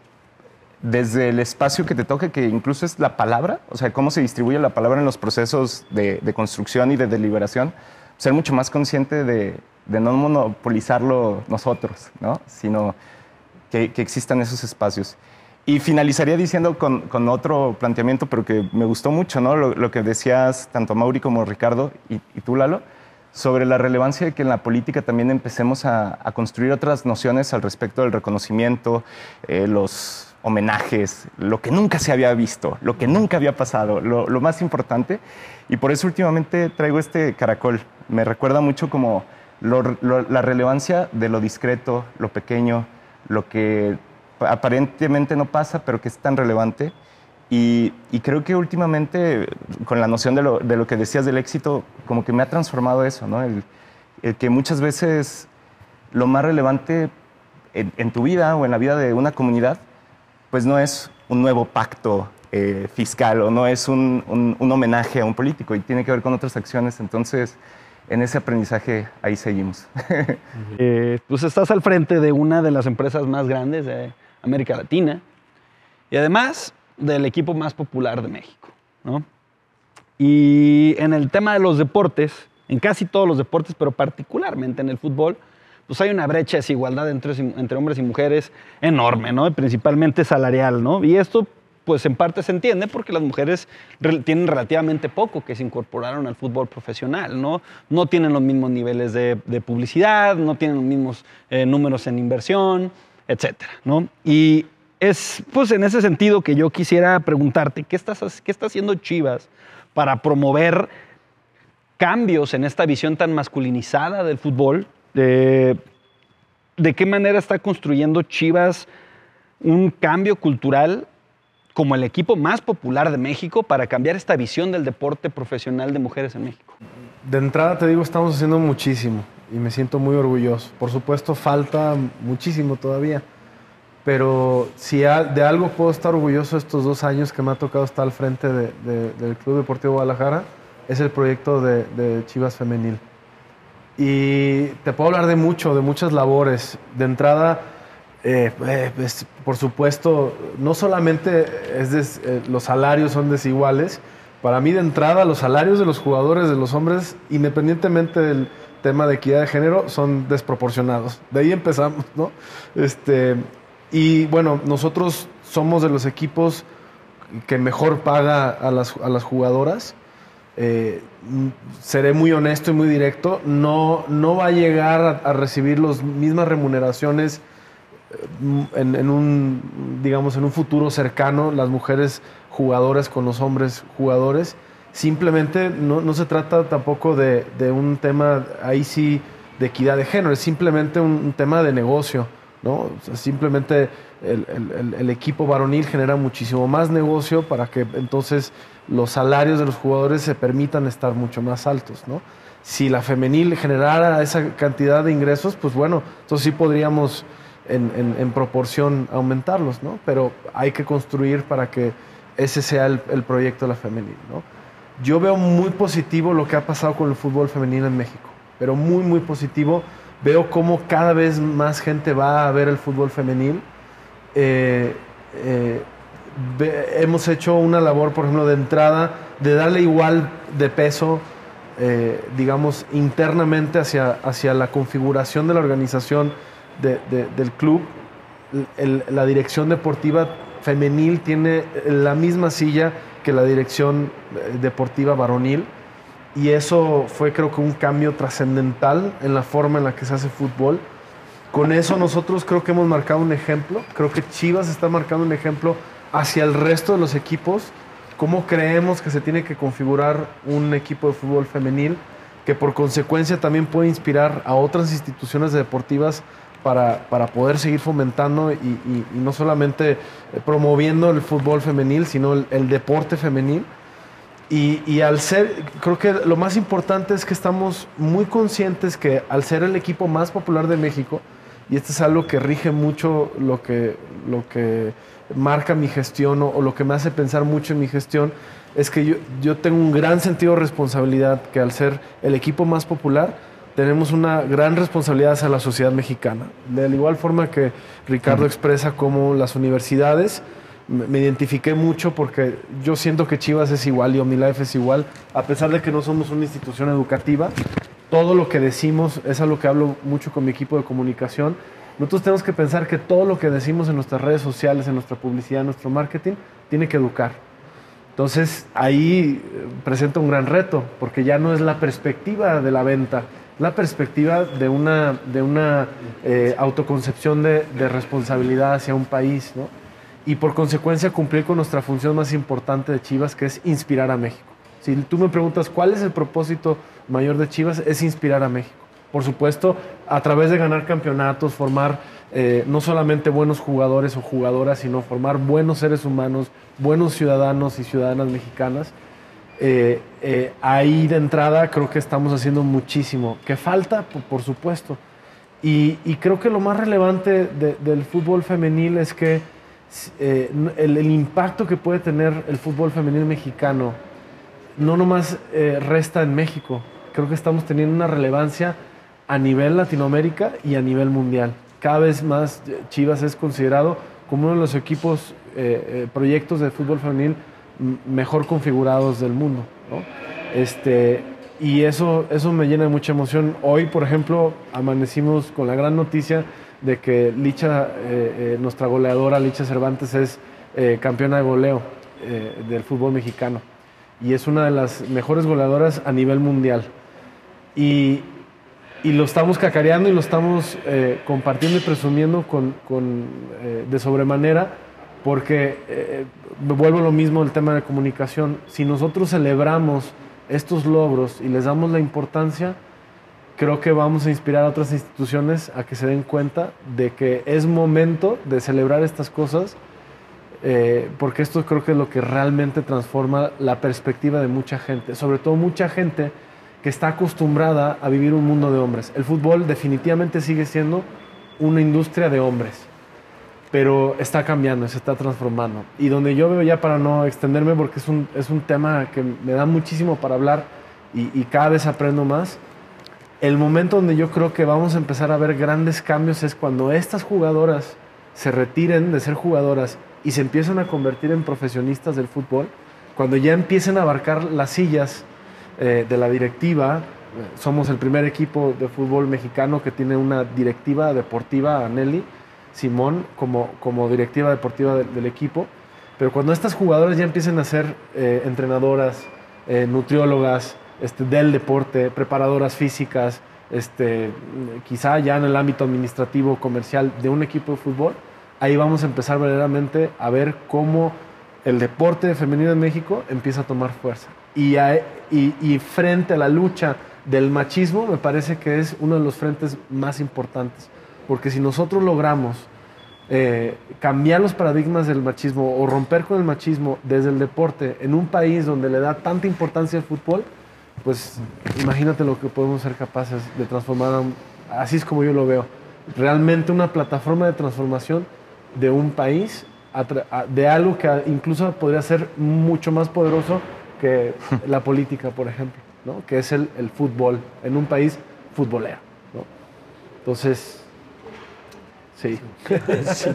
desde el espacio que te toque, que incluso es la palabra, o sea, cómo se distribuye la palabra en los procesos de, de construcción y de deliberación, ser mucho más consciente de, de no monopolizarlo nosotros, ¿no? Sino que, que existan esos espacios. Y finalizaría diciendo con, con otro planteamiento, pero que me gustó mucho, ¿no? Lo, lo que decías tanto Mauri como Ricardo y, y tú, Lalo, sobre la relevancia de que en la política también empecemos a, a construir otras nociones al respecto del reconocimiento, eh, los homenajes, lo que nunca se había visto, lo que nunca había pasado, lo, lo más importante. Y por eso últimamente traigo este caracol. Me recuerda mucho como lo, lo, la relevancia de lo discreto, lo pequeño, lo que aparentemente no pasa, pero que es tan relevante. Y, y creo que últimamente, con la noción de lo, de lo que decías del éxito, como que me ha transformado eso, ¿no? El, el que muchas veces lo más relevante en, en tu vida o en la vida de una comunidad, pues no es un nuevo pacto eh, fiscal o no es un, un, un homenaje a un político, y tiene que ver con otras acciones. Entonces, en ese aprendizaje ahí seguimos. eh, pues estás al frente de una de las empresas más grandes de América Latina y además del equipo más popular de México, ¿no? Y en el tema de los deportes, en casi todos los deportes, pero particularmente en el fútbol, pues hay una brecha de desigualdad entre, entre hombres y mujeres enorme, ¿no? Y principalmente salarial, ¿no? Y esto, pues en parte se entiende porque las mujeres tienen relativamente poco que se incorporaron al fútbol profesional, ¿no? No tienen los mismos niveles de, de publicidad, no tienen los mismos eh, números en inversión, etcétera, ¿no? Y es, pues, en ese sentido que yo quisiera preguntarte, ¿qué, estás, qué está haciendo Chivas para promover cambios en esta visión tan masculinizada del fútbol? ¿De, de qué manera está construyendo Chivas un cambio cultural como el equipo más popular de México para cambiar esta visión del deporte profesional de mujeres en México? De entrada te digo, estamos haciendo muchísimo y me siento muy orgulloso. Por supuesto, falta muchísimo todavía, pero si de algo puedo estar orgulloso estos dos años que me ha tocado estar al frente de, de, del Club Deportivo Guadalajara, es el proyecto de, de Chivas Femenil. Y te puedo hablar de mucho, de muchas labores. De entrada, eh, eh, pues, por supuesto, no solamente es des, eh, los salarios son desiguales. Para mí, de entrada, los salarios de los jugadores, de los hombres, independientemente del tema de equidad de género, son desproporcionados. De ahí empezamos, ¿no? Este, y bueno, nosotros somos de los equipos que mejor paga a las, a las jugadoras. Eh, seré muy honesto y muy directo, no, no va a llegar a, a recibir las mismas remuneraciones en, en, un, digamos, en un futuro cercano, las mujeres jugadoras con los hombres jugadores. Simplemente no, no se trata tampoco de, de un tema, ahí sí, de equidad de género, es simplemente un, un tema de negocio, ¿no? O sea, simplemente el, el, el equipo varonil genera muchísimo más negocio para que entonces los salarios de los jugadores se permitan estar mucho más altos, ¿no? Si la femenil generara esa cantidad de ingresos, pues bueno, entonces sí podríamos en, en, en proporción aumentarlos, ¿no? Pero hay que construir para que ese sea el, el proyecto de la femenil, ¿no? Yo veo muy positivo lo que ha pasado con el fútbol femenino en México, pero muy, muy positivo. Veo cómo cada vez más gente va a ver el fútbol femenil. Eh, eh, ve, hemos hecho una labor, por ejemplo, de entrada, de darle igual de peso, eh, digamos, internamente hacia, hacia la configuración de la organización de, de, del club. El, la dirección deportiva femenil tiene la misma silla que la dirección deportiva varonil, y eso fue, creo que, un cambio trascendental en la forma en la que se hace fútbol. Con eso nosotros creo que hemos marcado un ejemplo, creo que Chivas está marcando un ejemplo hacia el resto de los equipos, cómo creemos que se tiene que configurar un equipo de fútbol femenil, que por consecuencia también puede inspirar a otras instituciones deportivas para, para poder seguir fomentando y, y, y no solamente promoviendo el fútbol femenil, sino el, el deporte femenil. Y, y al ser, creo que lo más importante es que estamos muy conscientes que al ser el equipo más popular de México, y esto es algo que rige mucho lo que, lo que marca mi gestión o, o lo que me hace pensar mucho en mi gestión, es que yo, yo tengo un gran sentido de responsabilidad, que al ser el equipo más popular tenemos una gran responsabilidad hacia la sociedad mexicana. De la igual forma que Ricardo expresa cómo las universidades, me identifiqué mucho porque yo siento que Chivas es igual y OmniLife es igual, a pesar de que no somos una institución educativa. Todo lo que decimos, es a lo que hablo mucho con mi equipo de comunicación, nosotros tenemos que pensar que todo lo que decimos en nuestras redes sociales, en nuestra publicidad, en nuestro marketing, tiene que educar. Entonces ahí presenta un gran reto, porque ya no es la perspectiva de la venta, la perspectiva de una, de una eh, autoconcepción de, de responsabilidad hacia un país, ¿no? Y por consecuencia cumplir con nuestra función más importante de Chivas, que es inspirar a México. Si tú me preguntas cuál es el propósito mayor de Chivas, es inspirar a México. Por supuesto, a través de ganar campeonatos, formar eh, no solamente buenos jugadores o jugadoras, sino formar buenos seres humanos, buenos ciudadanos y ciudadanas mexicanas. Eh, eh, ahí de entrada creo que estamos haciendo muchísimo. ¿Qué falta? Por, por supuesto. Y, y creo que lo más relevante de, del fútbol femenil es que Eh, el, el impacto que puede tener el fútbol femenil mexicano no nomás eh, resta en México. Creo que estamos teniendo una relevancia a nivel Latinoamérica y a nivel mundial. Cada vez más Chivas es considerado como uno de los equipos, eh, eh, proyectos de fútbol femenil mejor configurados del mundo, ¿no? Este, y eso, eso me llena de mucha emoción. Hoy, por ejemplo, amanecimos con la gran noticia de que Licha, eh, eh, nuestra goleadora Licha Cervantes, es eh, campeona de goleo eh, del fútbol mexicano y es una de las mejores goleadoras a nivel mundial. Y, y lo estamos cacareando y lo estamos eh, compartiendo y presumiendo con, con, eh, de sobremanera, porque eh, vuelvo a lo mismo el tema de comunicación. Si nosotros celebramos estos logros y les damos la importancia, creo que vamos a inspirar a otras instituciones a que se den cuenta de que es momento de celebrar estas cosas, eh, porque esto creo que es lo que realmente transforma la perspectiva de mucha gente, sobre todo mucha gente que está acostumbrada a vivir un mundo de hombres. El fútbol definitivamente sigue siendo una industria de hombres, pero está cambiando, se está transformando. Y donde yo veo, ya para no extenderme, porque es un, es un tema que me da muchísimo para hablar y, y cada vez aprendo más, el momento donde yo creo que vamos a empezar a ver grandes cambios es cuando estas jugadoras se retiren de ser jugadoras y se empiezan a convertir en profesionistas del fútbol, cuando ya empiecen a abarcar las sillas eh, de la directiva. Somos el primer equipo de fútbol mexicano que tiene una directiva deportiva, Nelly Simón, como, como directiva deportiva de, del equipo. Pero cuando estas jugadoras ya empiecen a ser eh, entrenadoras, eh, nutriólogas, Este, del deporte, preparadoras físicas, este, quizá ya en el ámbito administrativo, comercial de un equipo de fútbol, ahí vamos a empezar verdaderamente a ver cómo el deporte femenino en México empieza a tomar fuerza. Y, a, y, y frente a la lucha del machismo, me parece que es uno de los frentes más importantes, porque si nosotros logramos eh, cambiar los paradigmas del machismo o romper con el machismo desde el deporte en un país donde le da tanta importancia al fútbol, pues imagínate lo que podemos ser capaces de transformar, así es como yo lo veo, realmente una plataforma de transformación de un país, de algo que incluso podría ser mucho más poderoso que la política, por ejemplo, ¿no? Que es el, el fútbol, en un país futbolero, ¿no? Entonces, sí. sí.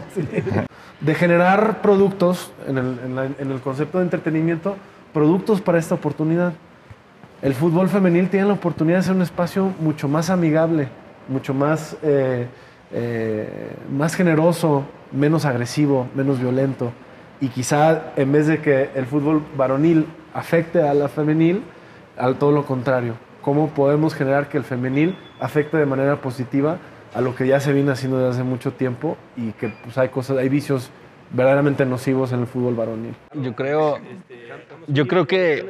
De generar productos, en el, en, la, en el concepto de entretenimiento, productos para esta oportunidad. El fútbol femenil tiene la oportunidad de ser un espacio mucho más amigable, mucho más, eh, eh, más generoso, menos agresivo, menos violento. y quizá en vez de que el fútbol varonil afecte a la femenil, al todo lo contrario. ¿Cómo podemos generar que el femenil afecte de manera positiva a lo que ya se viene haciendo desde hace mucho tiempo y que pues, hay cosas, hay vicios verdaderamente nocivos en el fútbol varonil? Yo creo, yo creo que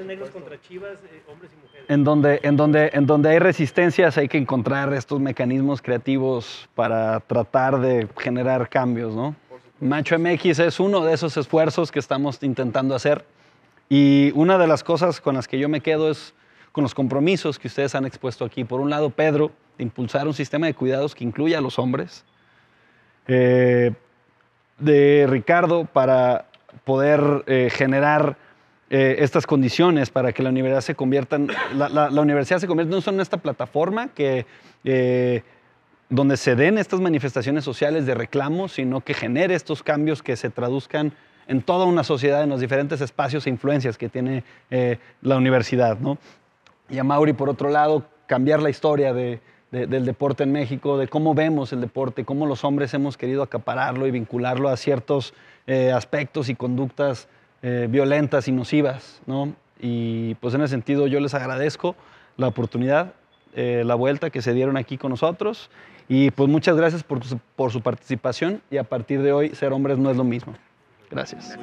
en donde, en, donde, en donde hay resistencias hay que encontrar estos mecanismos creativos para tratar de generar cambios, ¿no? Macho M X es uno de esos esfuerzos que estamos intentando hacer, y una de las cosas con las que yo me quedo es con los compromisos que ustedes han expuesto aquí. Por un lado, Pedro, de impulsar un sistema de cuidados que incluya a los hombres. Eh, de Ricardo, para poder eh, generar eh, estas condiciones para que la universidad se convierta en, la, la, la universidad se convierta no solo en esta plataforma que, eh, donde se den estas manifestaciones sociales de reclamo, sino que genere estos cambios que se traduzcan en toda una sociedad, en los diferentes espacios e influencias que tiene eh, la universidad, ¿no? Y a Mauri, por otro lado, cambiar la historia de, de, del deporte en México, de cómo vemos el deporte, cómo los hombres hemos querido acapararlo y vincularlo a ciertos eh, aspectos y conductas eh, violentas y nocivas, ¿no? Y pues en ese sentido yo les agradezco la oportunidad, eh, la vuelta que se dieron aquí con nosotros, y pues muchas gracias por, por su participación, y a partir de hoy ser hombres no es lo mismo. Gracias.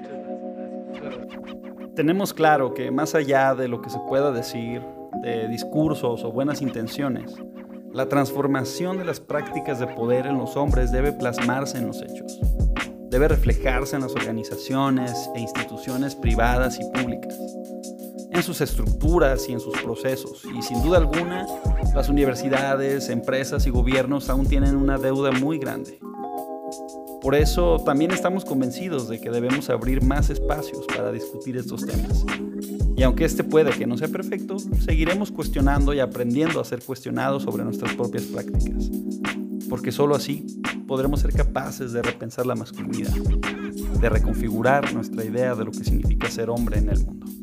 Tenemos claro que más allá de lo que se pueda decir, de discursos o buenas intenciones, la transformación de las prácticas de poder en los hombres debe plasmarse en los hechos. Debe reflejarse en las organizaciones e instituciones privadas y públicas, en sus estructuras y en sus procesos. Y sin duda alguna, las universidades, empresas y gobiernos aún tienen una deuda muy grande. Por eso también estamos convencidos de que debemos abrir más espacios para discutir estos temas. Y aunque este puede que no sea perfecto, seguiremos cuestionando y aprendiendo a ser cuestionados sobre nuestras propias prácticas. Porque solo así podremos ser capaces de repensar la masculinidad, de reconfigurar nuestra idea de lo que significa ser hombre en el mundo.